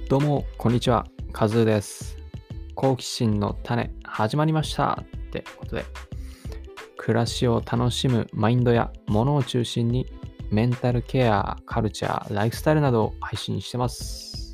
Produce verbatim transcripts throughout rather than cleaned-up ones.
どうも、こんにちは。カズーです。好奇心の種、始まりましたってことで、暮らしを楽しむマインドや物を中心に、メンタルケア、カルチャー、ライフスタイルなどを配信してます。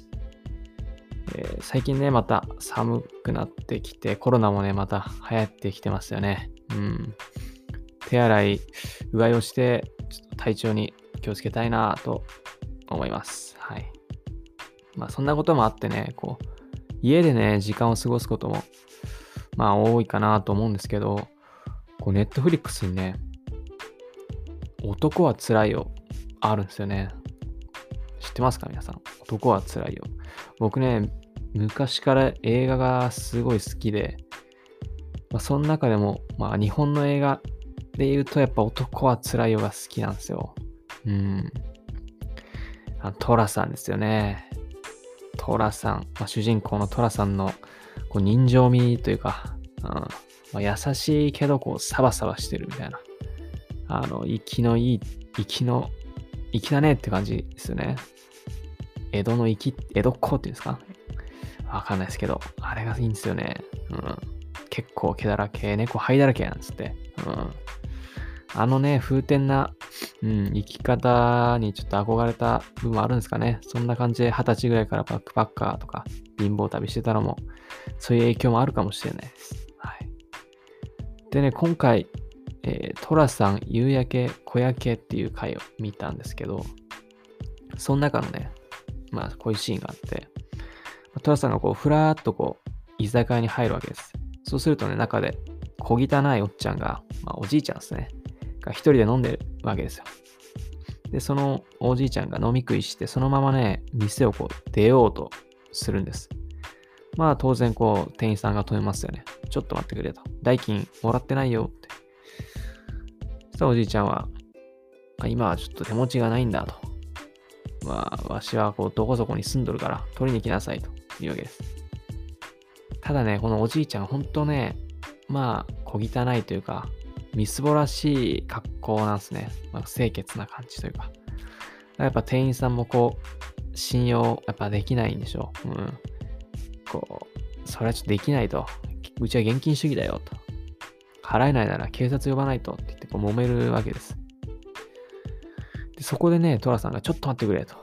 えー最近ね、また寒くなってきて、コロナもね、また流行ってきてますよね。うん。手洗い、うがいをして、ちょっと体調に気をつけたいなと思います。はい。まあそんなこともあってね、こう、家でね、時間を過ごすことも、まあ多いかなと思うんですけど、こう、ネットフリックスにね、男は辛いよ、あるんですよね。知ってますか皆さん。男は辛いよ。僕ね、昔から映画がすごい好きで、まあ、その中でも、まあ日本の映画で言うとやっぱ男は辛いよが好きなんですよ。うん。あのトラさんですよね。トラさん、まあ、主人公のトラさんのこう人情味というか、うんまあ、優しいけどこうサバサバしてるみたいな、あの、息のいい、息の、粋だねって感じですよね。江戸の粋、江戸っ子っていうんですかわかんないですけど、あれがいいんですよね。うん。結構毛だらけ、猫灰だらけなんつって。うん。あのね、風天な、うん、生き方にちょっと憧れた部分もあるんですかね。そんな感じで二十歳ぐらいからバックパッカーとか貧乏旅してたのも、そういう影響もあるかもしれないです。はい。でね、今回、えー、トラさん夕焼け小焼けっていう回を見たんですけど、その中のね、まあこういうシーンがあって、トラさんがこうふらーっとこう居酒屋に入るわけです。そうするとね、中で小汚いおっちゃんが、まあおじいちゃんですね。が一人で飲んでるわけですよ。で、そのおじいちゃんが飲み食いして、そのままね、店をこう出ようとするんです。まあ当然こう店員さんが止めますよね。ちょっと待ってくれと。代金もらってないよって。そしたらおじいちゃんは、今はちょっと手持ちがないんだと。まあ、わしはこうどこそこに住んどるから取りに来なさいというわけです。ただね、このおじいちゃんほんとね、まあ小汚いというか、みすぼらしい格好なんですね。まあ、清潔な感じというか。やっぱ店員さんもこう、信用やっぱできないんでしょう。うん。こう、それはちょっとできないと。うちは現金主義だよと。払えないなら警察呼ばないとって言ってこう揉めるわけです。でそこでね、トラさんがちょっと待ってくれと。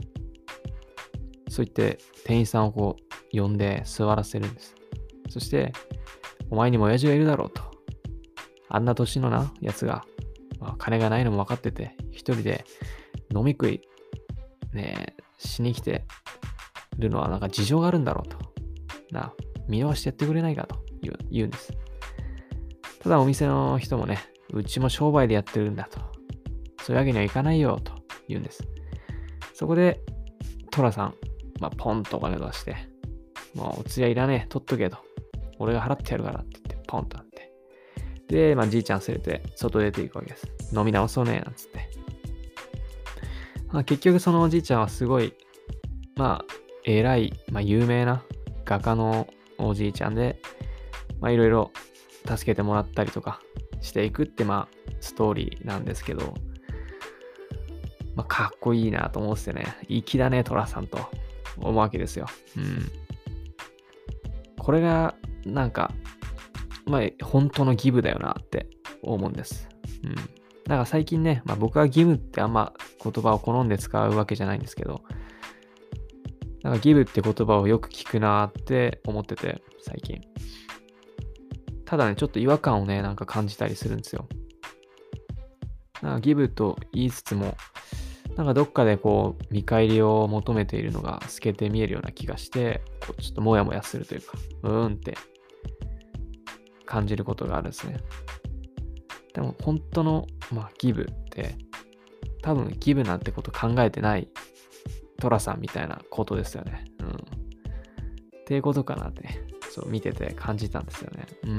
そう言って店員さんをこう呼んで座らせるんです。そして、お前にも親父がいるだろうと。あんな年のな、やつが、まあ、金がないのも分かってて、一人で飲み食い、ねえ、しに来てるのはなんか事情があるんだろうと。なあ、見逃してやってくれないかと言う言うんです。ただお店の人もね、うちも商売でやってるんだと。そういうわけにはいかないよと言うんです。そこで、トラさん、まあ、ポンとお金出して、もうお釣りはいらねえ、取っとけと。俺が払ってやるからって言って、ポンとなって。で、まあ、じいちゃん連れて、外出ていくわけです。飲み直そうね、なんつって。まあ、結局そのおじいちゃんはすごい、まあ、偉い、まあ、有名な画家のおじいちゃんで、まあ、いろいろ助けてもらったりとかしていくって、まあ、ストーリーなんですけど、まあ、かっこいいなと思うんですよね。粋だね、トラさんと思うわけですよ。うん。これが、なんか、まあ、本当のギブだよなって思うんです。うん。だから最近ね、まあ、僕はギブってあんま言葉を好んで使うわけじゃないんですけど、なんかギブって言葉をよく聞くなって思ってて、最近。ただね、ちょっと違和感をね、なんか感じたりするんですよ。なんかギブと言いつつも、なんかどっかでこう、見返りを求めているのが透けて見えるような気がして、こうちょっとモヤモヤするというか、うーんって感じることがあるんですね。でも本当の、まあ、ギブって、多分ギブなんてこと考えてないトラさんみたいなことですよね。うん。っていうことかなって、そう見てて感じたんですよね。うん。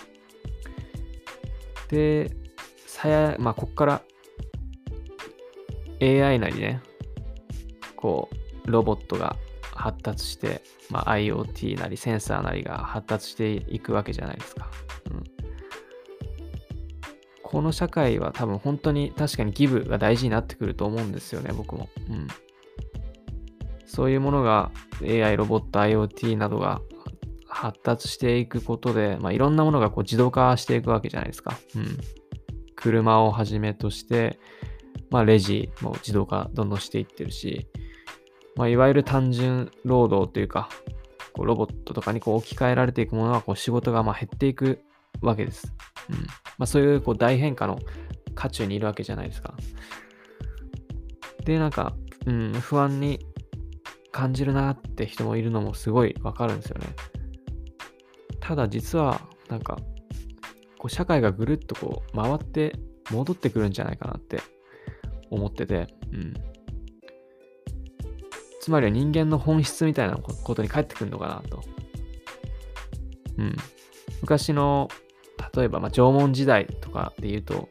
で、さや、まあ、こっから エーアイ なりね、こう、ロボットが発達して、まあ、IoT なりセンサーなりが発達していくわけじゃないですか。うん。この社会は多分本当に確かにギブが大事になってくると思うんですよね、僕も。うん。 そういうものが エーアイ、ロボット、IoT などが発達していくことで、まあ、いろんなものがこう自動化していくわけじゃないですか。うん。車をはじめとして、まあ、レジも自動化どんどんしていってるし、まあ、いわゆる単純労働というか、こうロボットとかにこう置き換えられていくものはこう仕事がまあ減っていくわけです。うん。まあ、そういうこう大変化の渦中にいるわけじゃないですか。で、なんか、うん、不安に感じるなって人もいるのもすごいわかるんですよね。ただ実は、なんか、こう社会がぐるっとこう回って戻ってくるんじゃないかなって思ってて、うん。つまりは人間の本質みたいなことに返ってくるのかなと。うん。昔の、例えば、まあ、縄文時代とかで言うと、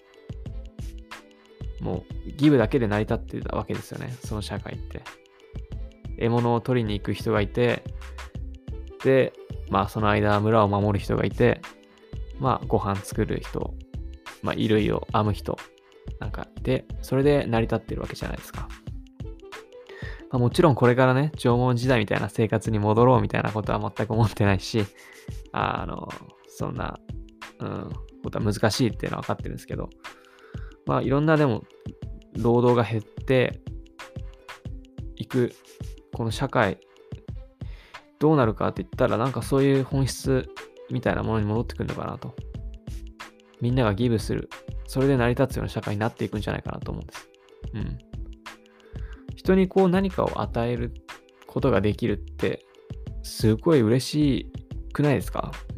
もうギブだけで成り立ってたわけですよね、その社会って。獲物を取りに行く人がいて、で、まあその間村を守る人がいて、まあご飯作る人、まあ衣類を編む人なんかいて、それで成り立ってるわけじゃないですか。まあ、もちろんこれからね、縄文時代みたいな生活に戻ろうみたいなことは全く思ってないし、あの、そんな、うん、ことは難しいっていうのは分かってるんですけど、まあいろんなでも労働が減っていくこの社会どうなるかって言ったらなんかそういう本質みたいなものに戻ってくるのかなと。みんながギブする、それで成り立つような社会になっていくんじゃないかなと思うんです。うん。人にこう何かを与えることができるってすごい嬉しくないですか？うん。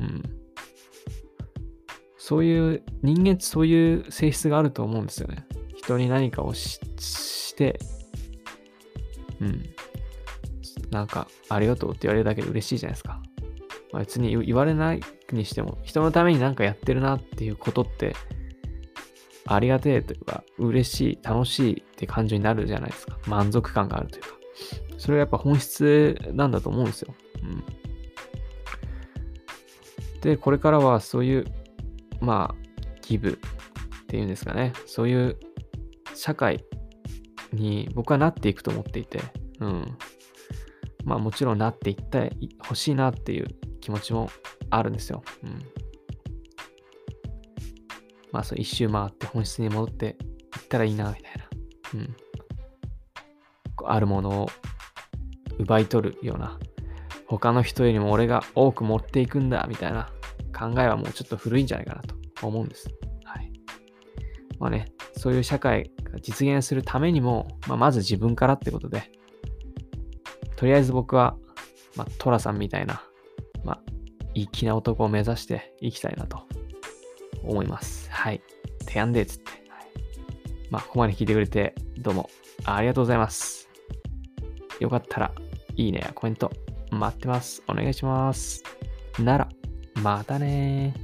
そういう人間ってそういう性質があると思うんですよね。人に何かを し, して、うん。なんかありがとうって言われるだけで嬉しいじゃないですか。まあ、別に言われないにしても人のために何かやってるなっていうことってありがてえというか嬉しい楽しいって感情になるじゃないですか。満足感があるというか、それがやっぱ本質なんだと思うんですよ。うん、でこれからはそういうまあギブっていうんですかね、そういう社会に僕はなっていくと思っていて、うん、まあもちろんなっていってほしいなっていう気持ちもあるんですよ。うん、まあそう一周回って本質に戻っていったらいいなみたいな。うん、あるものを奪い取るような、他の人よりも俺が多く持っていくんだみたいな考えはもうちょっと古いんじゃないかなと思うんです。はい。まあね、そういう社会が実現するためにも、まあ、まず自分からってことで、とりあえず僕は、まあ、トラさんみたいな、まあ、粋な男を目指していきたいなと思います。はい。提案でっつって。はい、まあ、ここまで聞いてくれて、どうもありがとうございます。よかったら、いいねやコメント待ってます。お願いします。なら、またねー。